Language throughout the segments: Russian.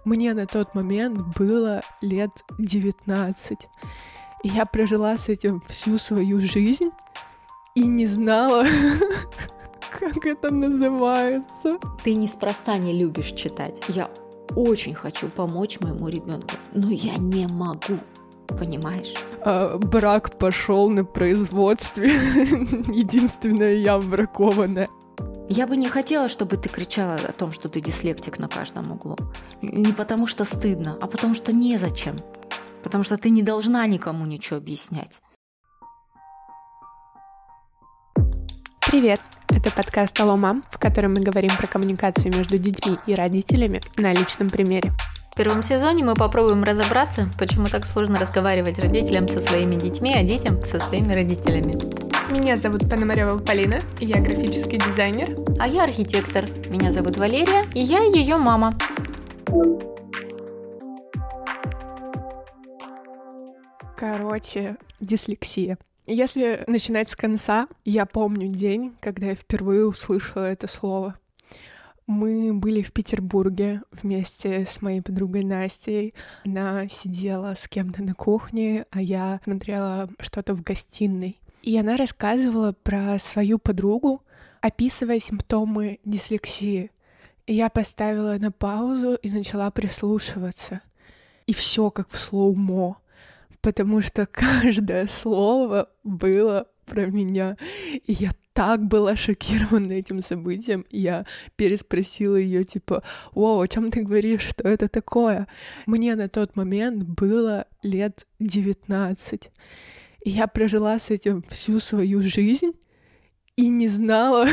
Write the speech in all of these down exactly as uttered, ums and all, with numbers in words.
Мне на тот момент было лет девятнадцать. И я прожила с этим всю свою жизнь и не знала, как это называется. Ты неспроста не любишь читать. Я очень хочу помочь моему ребенку, но я не могу. Понимаешь? А, брак пошел на производстве. Единственная я бракованная. Я бы не хотела, чтобы ты кричала о том, что ты дислектик на каждом углу. Не потому что стыдно, а потому что незачем. Потому что ты не должна никому ничего объяснять. Привет! Это подкаст «Алло, мам», в котором мы говорим про коммуникацию между детьми и родителями на личном примере. В первом сезоне мы попробуем разобраться, почему так сложно разговаривать родителям со своими детьми, а детям со своими родителями. Меня зовут Пономарёва Полина, и я графический дизайнер. А я архитектор. Меня зовут Валерия, и я ее мама. Короче, дислексия. Если начинать с конца, я помню день, когда я впервые услышала это слово. Мы были в Петербурге вместе с моей подругой Настей. Она сидела с кем-то на кухне, а я смотрела что-то в гостиной. И она рассказывала про свою подругу, описывая симптомы дислексии. И я поставила на паузу и начала прислушиваться. И все как в слоумо, потому что каждое слово было про меня. И я так была шокирована этим событием. Я переспросила ее, типа, «Воу, о чем ты говоришь? Что это такое?» Мне на тот момент было лет девятнадцать. И я прожила с этим всю свою жизнь и не знала,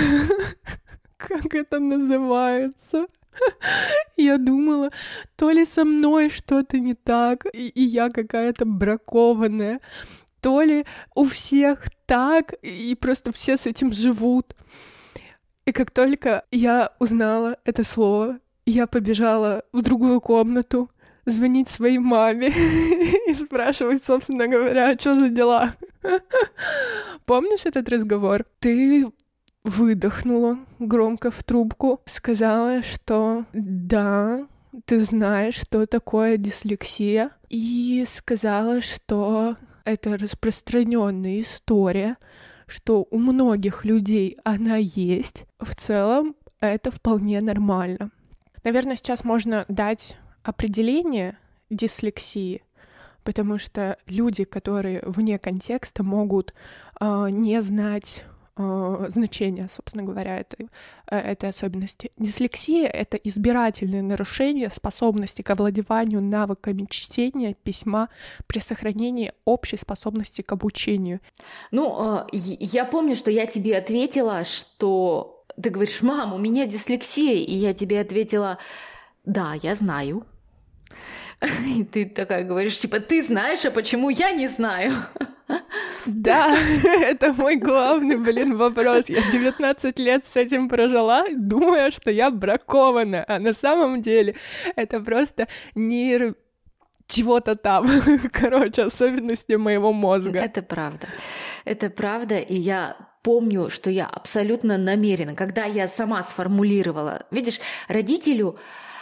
как это называется. Я думала, то ли со мной что-то не так, и, и я какая-то бракованная, то ли у всех так, и просто все с этим живут. И как только я узнала это слово, я побежала в другую комнату звонить своей маме и спрашивать, собственно говоря, что за дела. Помнишь этот разговор? Ты выдохнула громко в трубку, сказала, что да, ты знаешь, что такое дислексия, и сказала, что это распространенная история, что у многих людей она есть. В целом это вполне нормально. Наверное, сейчас можно дать определение дислексии, потому что люди, которые вне контекста, могут э, не знать э, значения, собственно говоря, этой, э, этой особенности. Дислексия — это избирательное нарушение способности к овладеванию навыками чтения, письма при сохранении общей способности к обучению. Ну, э, я помню, что я тебе ответила, что ты говоришь, мам, у меня дислексия, и я тебе ответила, да, я знаю. И ты такая говоришь, типа, ты знаешь, а почему я не знаю? Да, это мой главный, блин, вопрос. Я девятнадцать лет с этим прожила, думая, что я бракована, а на самом деле это просто нейро... чего-то там, короче, особенности моего мозга. Это правда, это правда, и я помню, что я абсолютно намеренно, когда я сама сформулировала, видишь, родителю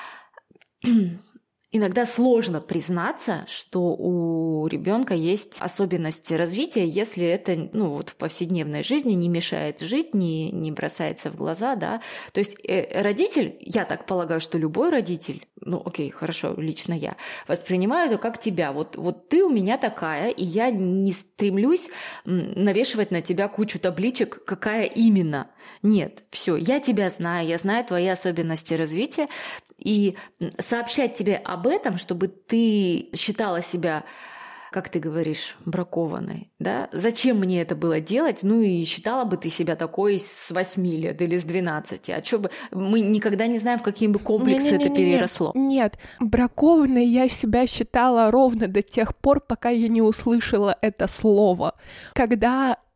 иногда сложно признаться, что у ребенка есть особенности развития, если это, ну, вот в повседневной жизни не мешает жить, не, не бросается в глаза, да. То есть э, родитель, я так полагаю, что любой родитель, ну, окей, хорошо, лично я, воспринимаю это как тебя. Вот, вот ты у меня такая, и я не стремлюсь навешивать на тебя кучу табличек, какая именно. Нет, все, я тебя знаю, я знаю твои особенности развития, и сообщать тебе об этом, чтобы ты считала себя, как ты говоришь, бракованной, да? Зачем мне это было делать? Ну и считала бы ты себя такой с восьми лет или с двенадцати. А что бы... Мы никогда не знаем, в какие бы комплексы это переросло. Нет, бракованной я себя считала ровно до тех пор, пока я не услышала это слово. Когда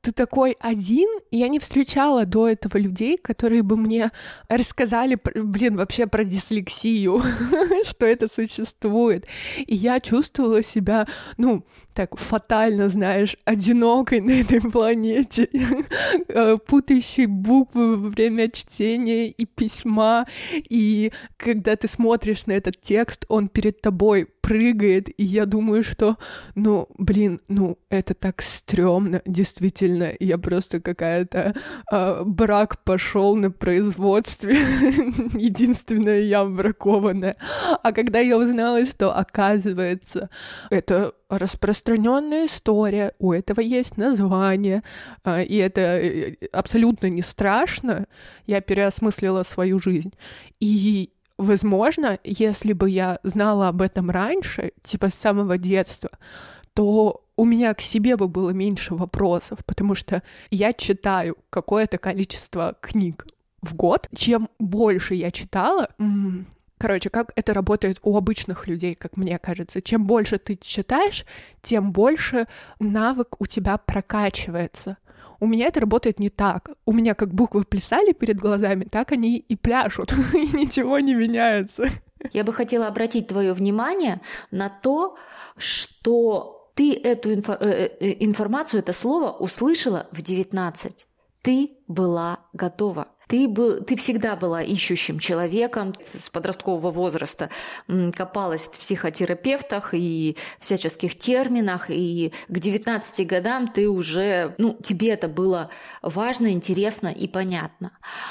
ты такой один, и я не встречала до этого людей, которые бы мне рассказали, блин, вообще про дислексию, что это существует. И я чувствовала себя, ну, так фатально, знаешь, одинокой на этой планете, путающей буквы во время чтения и письма, и когда ты смотришь на этот текст, он перед тобой прыгает, и я думаю, что, ну, блин, ну, это так стрёмно, действительно, я просто какая-то э, брак пошел на производстве, единственная я бракованная. А когда я узнала, что, оказывается, это распространенная история, у этого есть название, э, и это абсолютно не страшно, я переосмыслила свою жизнь. И возможно, если бы я знала об этом раньше, типа с самого детства, то у меня к себе бы было меньше вопросов, потому что я читаю какое-то количество книг в год. Чем больше я читала... М- Короче, как это работает у обычных людей, как мне кажется. Чем больше ты читаешь, тем больше навык у тебя прокачивается. У меня это работает не так. У меня как буквы плясали перед глазами, так они и пляшут, и ничего не меняется. Я бы хотела обратить твое внимание на то, что ты эту инфо- информацию, это слово услышала в девятнадцать. Ты была готова. Ты, был, ты всегда была ищущим человеком, с подросткового возраста копалась в психотерапевтах и всяческих терминах, и к девятнадцати годам ты уже, ну, тебе это было важно, интересно и понятно.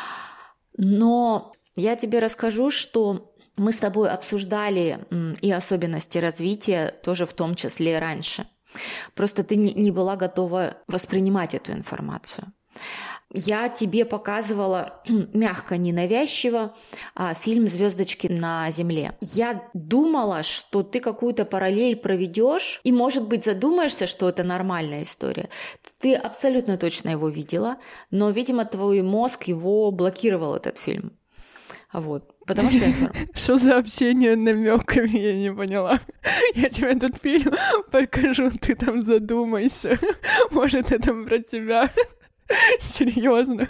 Но я тебе расскажу, что мы с тобой обсуждали и особенности развития тоже в том числе раньше. Просто ты не была готова воспринимать эту информацию. Я тебе показывала мягко, ненавязчиво фильм «Звездочки на земле». Я думала, что ты какую-то параллель проведешь и, может быть, задумаешься, что это нормальная история. Ты абсолютно точно его видела, но, видимо, твой мозг его блокировал, этот фильм. Вот. Потому что что за общение намеками, я не поняла. Я тебе тут фильм покажу, ты там задумайся. Может, это про тебя. Серьезно?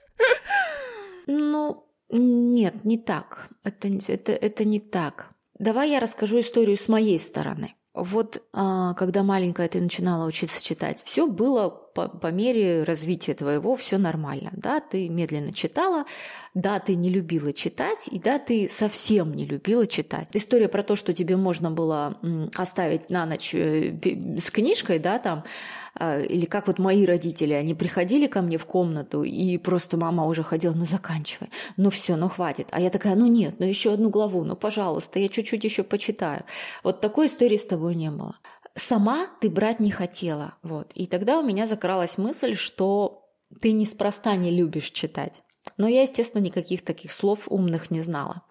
Ну, нет, не так. Это, это, это не так. Давай я расскажу историю с моей стороны. Вот а, когда маленькая ты начинала учиться читать, все было по, по мере развития твоего, все нормально. Да, ты медленно читала, да, ты не любила читать, и да, ты совсем не любила читать. История про то, что тебе можно было м, оставить на ночь э, с книжкой, да, там, э, или как вот мои родители, они приходили ко мне в комнату, и просто мама уже ходила, ну заканчивай, ну все, ну хватит. А я такая, ну нет, ну еще одну главу, ну пожалуйста, я чуть-чуть еще почитаю. Вот такой истории с тобой не было. Сама ты брать не хотела. Вот. И тогда у меня закралась мысль, что ты неспроста не любишь читать. Но я, естественно, никаких таких слов умных не знала.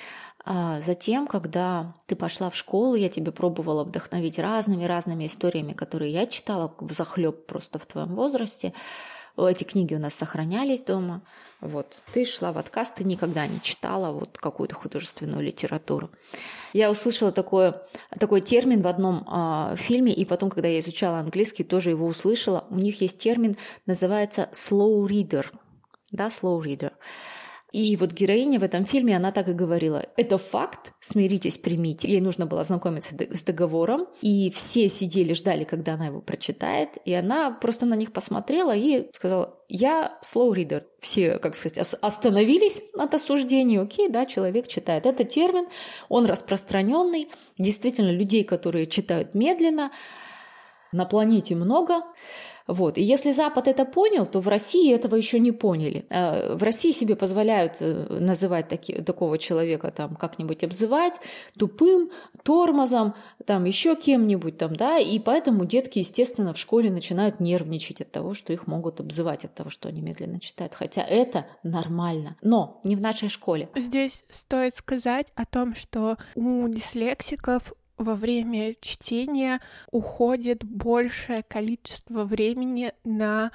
А затем, когда ты пошла в школу, я тебе пробовала вдохновить разными-разными историями, которые я читала взахлёб просто в твоем возрасте. Эти книги у нас сохранялись дома. Вот. Ты шла в отказ, ты никогда не читала вот какую-то художественную литературу. Я услышала такое, такой термин в одном э, фильме, и потом, когда я изучала английский, тоже его услышала. У них есть термин, называется slow reader. Да, slow reader. И вот героиня в этом фильме, она так и говорила. Это факт, смиритесь, примите. Ей нужно было ознакомиться с договором, и все сидели, ждали, когда она его прочитает, и она просто на них посмотрела и сказала, я slow reader. Все, как сказать, остановились от осуждения. Окей, да, человек читает. Это термин, он распространенный. Действительно, людей, которые читают медленно, на планете много. Вот. И если Запад это понял, то в России этого еще не поняли. В России себе позволяют называть таки, такого человека там, как-нибудь обзывать тупым, тормозом, там, еще кем-нибудь. Там, да? И поэтому детки, естественно, в школе начинают нервничать от того, что их могут обзывать, от того, что они медленно читают. Хотя это нормально. Но не в нашей школе. Здесь стоит сказать о том, что у дислексиков во время чтения уходит большее количество времени на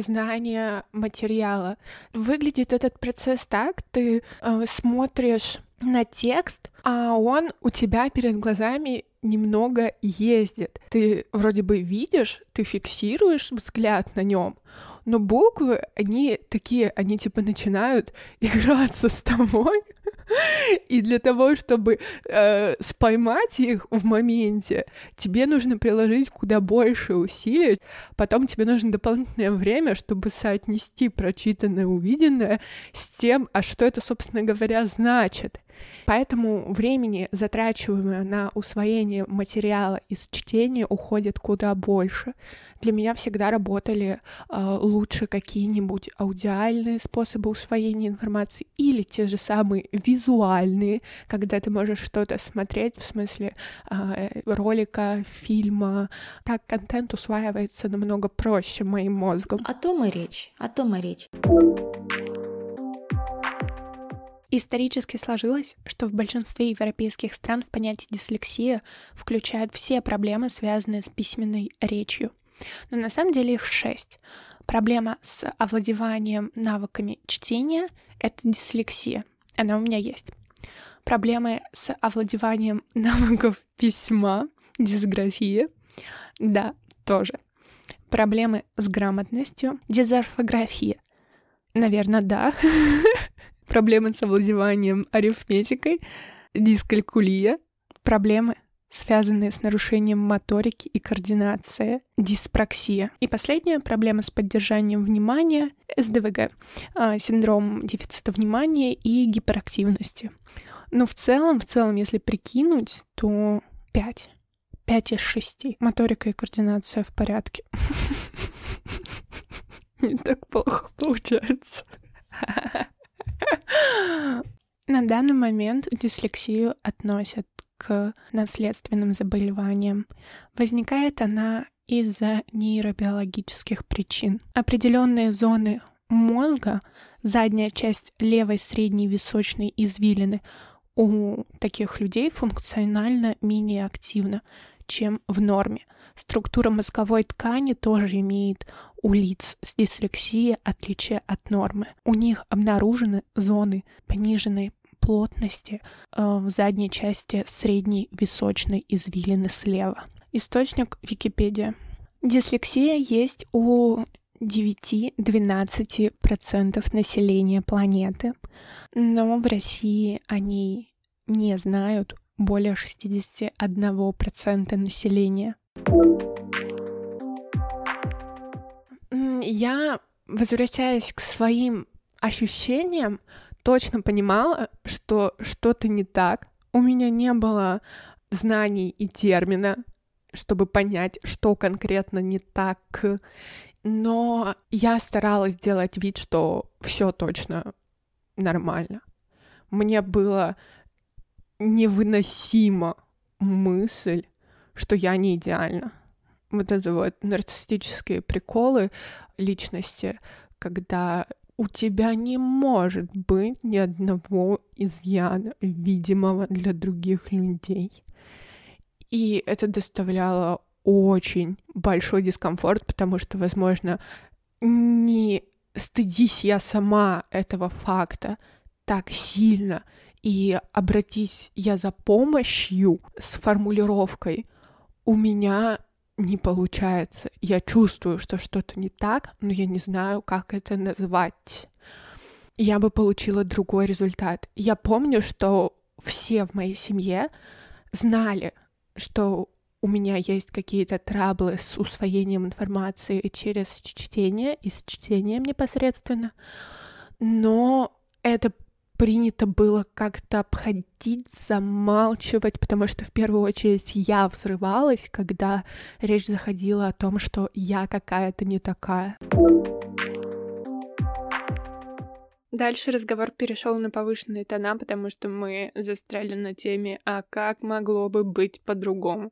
осознание материала. Выглядит этот процесс так, ты э, смотришь на текст, а он у тебя перед глазами немного ездит. Ты вроде бы видишь, ты фиксируешь взгляд на нем, но буквы, они такие, они типа начинают играться с тобой, и для того, чтобы э, споймать их в моменте, тебе нужно приложить куда больше усилий, потом тебе нужно дополнительное время, чтобы соотнести прочитанное, увиденное с тем, а что это, собственно говоря, значит. Поэтому времени, затрачиваемое на усвоение материала из чтения, уходит куда больше. Для меня всегда работали э, лучше какие-нибудь аудиальные способы усвоения информации или те же самые визуальные, когда ты можешь что-то смотреть, в смысле э, ролика, фильма. Так контент усваивается намного проще моим мозгом. О том и речь, о том и речь. Исторически сложилось, что в большинстве европейских стран в понятие дислексия включают все проблемы, связанные с письменной речью. Но на самом деле их шесть. Проблема с овладеванием навыками чтения — это дислексия. Она у меня есть. Проблемы с овладеванием навыков письма — дисграфия. Да, тоже. Проблемы с грамотностью — дизорфография. Наверное, да. Проблемы с овладеванием арифметикой, дискалькулия, проблемы, связанные с нарушением моторики и координации, диспраксия. И последняя проблема с поддержанием внимания, эс дэ вэ гэ, синдром дефицита внимания и гиперактивности. Но в целом, в целом, если прикинуть, то пять. пять из шести. Моторика и координация в порядке. Не так плохо получается. На данный момент дислексию относят к наследственным заболеваниям. Возникает она из-за нейробиологических причин. Определенные зоны мозга, задняя часть левой средней височной извилины, у таких людей функционально менее активна, чем в норме. Структура мозговой ткани тоже имеет у лиц с дислексией отличие от нормы. У них обнаружены зоны пониженной плотности э, в задней части средней височной извилины слева. Источник Википедия. Дислексия есть у девять-двенадцать процентов населения планеты, но в России о ней не знают более шестьдесят один процент населения. Я, возвращаясь к своим ощущениям, точно понимала, что что-то не так. У меня не было знаний и термина, чтобы понять, что конкретно не так. Но я старалась делать вид, что все точно нормально. Мне было невыносима мысль, что я не идеальна. Вот это вот нарциссические приколы личности, когда у тебя не может быть ни одного изъяна, видимого для других людей. И это доставляло очень большой дискомфорт, потому что, возможно, не стыдись я сама этого факта так сильно, и обратись я за помощью с формулировкой, у меня не получается. Я чувствую, что что-то не так, но я не знаю, как это назвать. Я бы получила другой результат. Я помню, что все в моей семье знали, что у меня есть какие-то траблы с усвоением информации через чтение и с чтением непосредственно, но это принято было как-то обходить, замалчивать, потому что в первую очередь я взрывалась, когда речь заходила о том, что я какая-то не такая. Дальше разговор перешел на повышенные тона, потому что мы застряли на теме «А как могло бы быть по-другому?».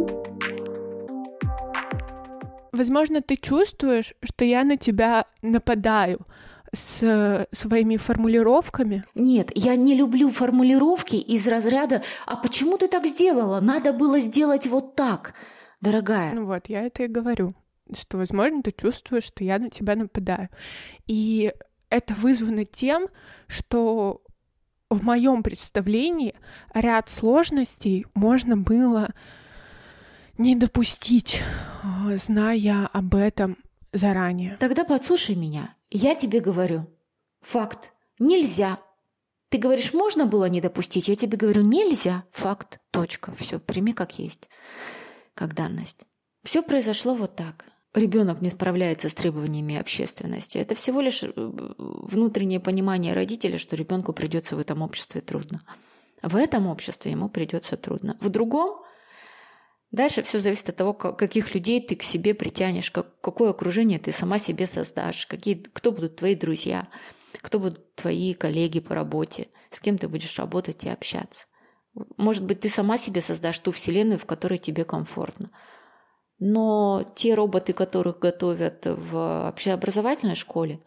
Возможно, ты чувствуешь, что я на тебя нападаю с своими формулировками? Нет, я не люблю формулировки из разряда «А почему ты так сделала? Надо было сделать вот так, дорогая». Ну вот, я это и говорю, что, возможно, ты чувствуешь, что я на тебя нападаю. И это вызвано тем, что в моем представлении ряд сложностей можно было не допустить, зная об этом заранее. Тогда подслушай меня. Я тебе говорю. Факт. Нельзя. Ты говоришь, можно было не допустить? Я тебе говорю, нельзя. Факт. Точка. Все, прими как есть. Как данность. Все произошло вот так. Ребенок не справляется с требованиями общественности. Это всего лишь внутреннее понимание родителя, что ребенку придется в этом обществе трудно. В этом обществе ему придется трудно. В другом дальше все зависит от того, каких людей ты к себе притянешь, как, какое окружение ты сама себе создашь, какие, кто будут твои друзья, кто будут твои коллеги по работе, с кем ты будешь работать и общаться. Может быть, ты сама себе создашь ту вселенную, в которой тебе комфортно. Но те роботы, которых готовят в общеобразовательной школе,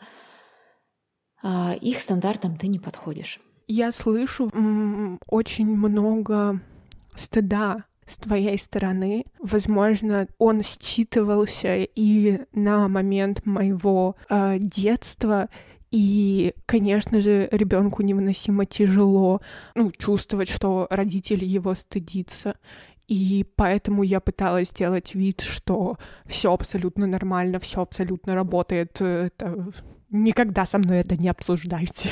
их стандартам ты не подходишь. Я слышу м- очень много стыда с твоей стороны. Возможно, он считывался и на момент моего э, детства. И, конечно же, ребенку невыносимо тяжело, ну, чувствовать, что родители его стыдятся. И поэтому я пыталась сделать вид, что все абсолютно нормально, все абсолютно работает. Это... Никогда со мной это не обсуждайте.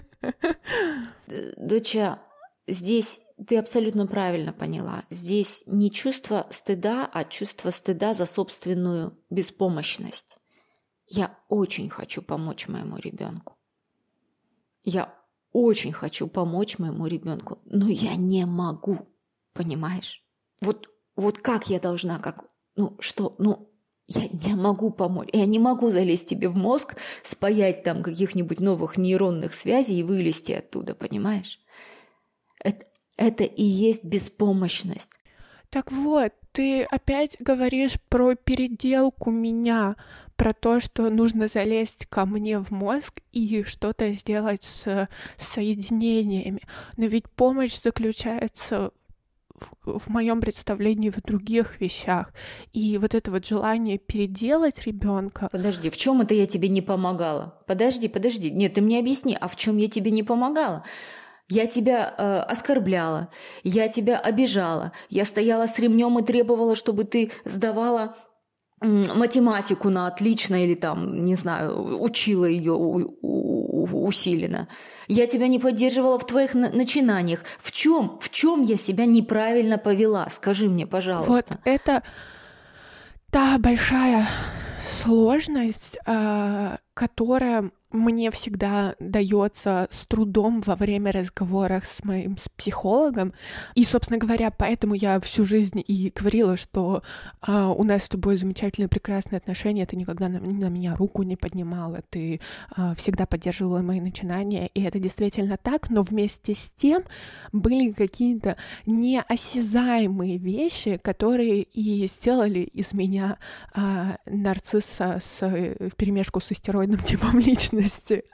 Доча, здесь ты абсолютно правильно поняла. Здесь не чувство стыда, а чувство стыда за собственную беспомощность. Я очень хочу помочь моему ребенку. Я очень хочу помочь моему ребенку, но я не могу, понимаешь? Вот, вот как я должна, как, ну что, ну я не могу помочь, я не могу залезть тебе в мозг, спаять там каких-нибудь новых нейронных связей и вылезти оттуда, понимаешь? Это, это и есть беспомощность. Так вот, ты опять говоришь про переделку меня, про то, что нужно залезть ко мне в мозг и что-то сделать с соединениями. Но ведь помощь заключается в, в моем представлении в других вещах. И вот это вот желание переделать ребенка. Подожди, в чем это я тебе не помогала? Подожди, подожди. Нет, ты мне объясни, а в чем я тебе не помогала? Я тебя э, оскорбляла, я тебя обижала, я стояла с ремнем и требовала, чтобы ты сдавала э, математику на отлично или там, не знаю, учила ее у- у- усиленно. Я тебя не поддерживала в твоих на- начинаниях. В чем, в чем я себя неправильно повела? Скажи мне, пожалуйста. Вот это та большая сложность, э, которая мне всегда дается с трудом во время разговоров с моим с психологом. И, собственно говоря, поэтому я всю жизнь и говорила, что э, у нас с тобой замечательные, прекрасные отношения, ты никогда на, на меня руку не поднимала, ты э, всегда поддерживала мои начинания, и это действительно так, но вместе с тем были какие-то неосязаемые вещи, которые и сделали из меня э, нарцисса с, вперемешку с истероидным типом личности.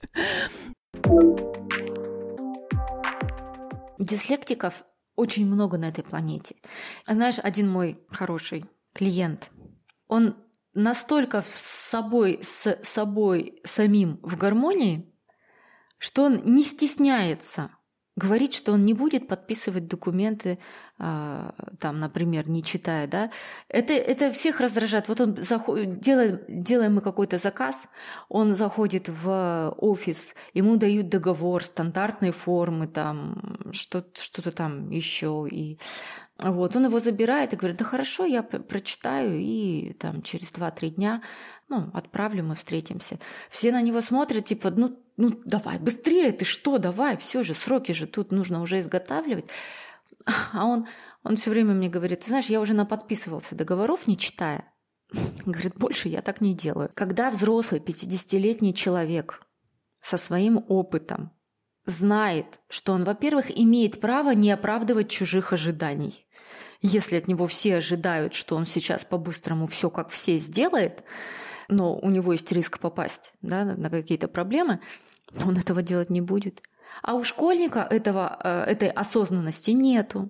Дислектиков очень много на этой планете. Знаешь, один мой хороший клиент, он настолько с собой, с собой самим в гармонии, что он не стесняется говорить, что он не будет подписывать документы, э, там, например, не читая, да. Это, это всех раздражает. Вот он заходит, делаем, делаем мы какой-то заказ, он заходит в офис, ему дают договор стандартной формы, там, что, что-то там еще, и вот, он его забирает и говорит, да хорошо, я прочитаю, и там через два-три дня, ну, отправлю, мы встретимся. Все на него смотрят, типа, ну, ну давай, быстрее, ты что, давай, все же, сроки же тут нужно уже изготавливать. А он, он все время мне говорит, ты знаешь, я уже наподписывался договоров, не читая. Говорит, больше я так не делаю. Когда взрослый пятидесятилетний человек со своим опытом знает, что он, во-первых, имеет право не оправдывать чужих ожиданий. Если от него все ожидают, что он сейчас по-быстрому все как все сделает, но у него есть риск попасть, да, на какие-то проблемы, он этого делать не будет. А у школьника этого, этой осознанности нету.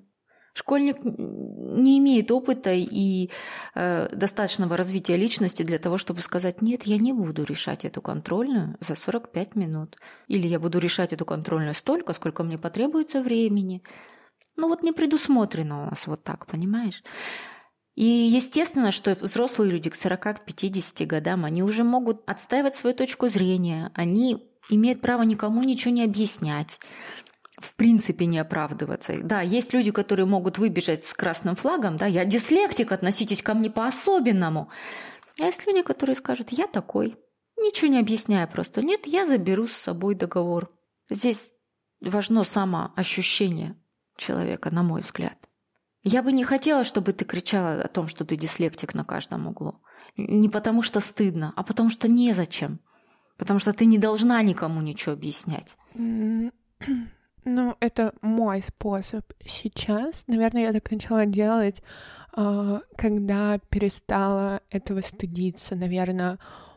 Школьник не имеет опыта и э, достаточного развития личности для того, чтобы сказать: нет, я не буду решать эту контрольную за сорок пять минут. Или я буду решать эту контрольную столько, сколько мне потребуется времени. Ну вот не предусмотрено у нас вот так, понимаешь? И естественно, что взрослые люди к сорока-пятидесяти годам, они уже могут отстаивать свою точку зрения, они имеют право никому ничего не объяснять, в принципе не оправдываться. Да, есть люди, которые могут выбежать с красным флагом, да, я дислектик, относитесь ко мне по-особенному. А есть люди, которые скажут: я такой, ничего не объясняя просто. Нет, я заберу с собой договор. Здесь важно самоощущение человека, на мой взгляд. Я бы не хотела, чтобы ты кричала о том, что ты дислектик на каждом углу. Не потому что стыдно, а потому что незачем. Потому что ты не должна никому ничего объяснять. Ну, это мой способ сейчас. Наверное, я так начала делать, когда перестала этого стыдиться. Наверное,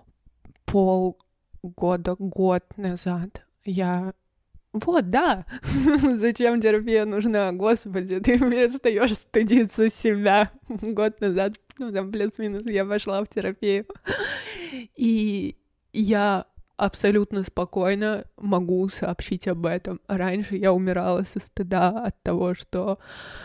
полгода, год назад я... Вот, да! Зачем терапия нужна? Господи, ты перестаешь стыдиться себя. Год назад, ну, там, плюс-минус, я пошла в терапию. И я... абсолютно спокойно могу сообщить об этом. Раньше я умирала со стыда от того, что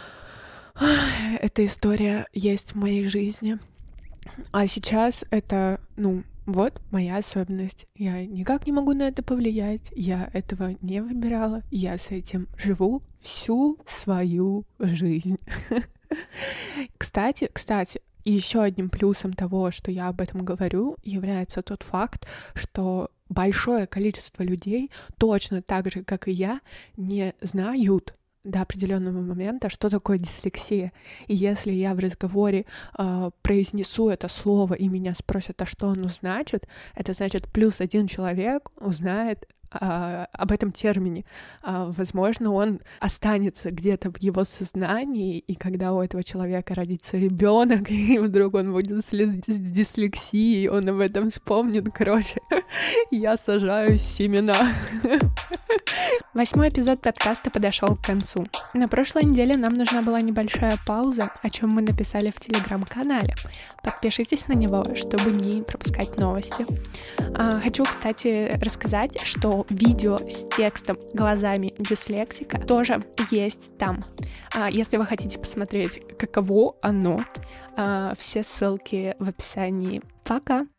эта история есть в моей жизни. А сейчас это, ну, вот моя особенность. Я никак не могу на это повлиять. Я этого не выбирала. Я с этим живу всю свою жизнь. Кстати, кстати, и еще одним плюсом того, что я об этом говорю, является тот факт, что большое количество людей, точно так же, как и я, не знают до определенного момента, что такое дислексия. И если я в разговоре э, произнесу это слово, и меня спросят, а что оно значит, это значит, плюс один человек узнает а, об этом термине. А, возможно, он останется где-то в его сознании, и когда у этого человека родится ребенок, и вдруг он будет с дислексией, он об этом вспомнит. Короче, я сажаю семена. Восьмой эпизод подкаста подошел к концу. На прошлой неделе нам нужна была небольшая пауза, о чем мы написали в телеграм-канале. Подпишитесь на него, чтобы не пропускать новости. А, хочу, кстати, рассказать, что видео с текстом глазами дислексика тоже есть там. А, если вы хотите посмотреть, каково оно, а, все ссылки в описании. Пока!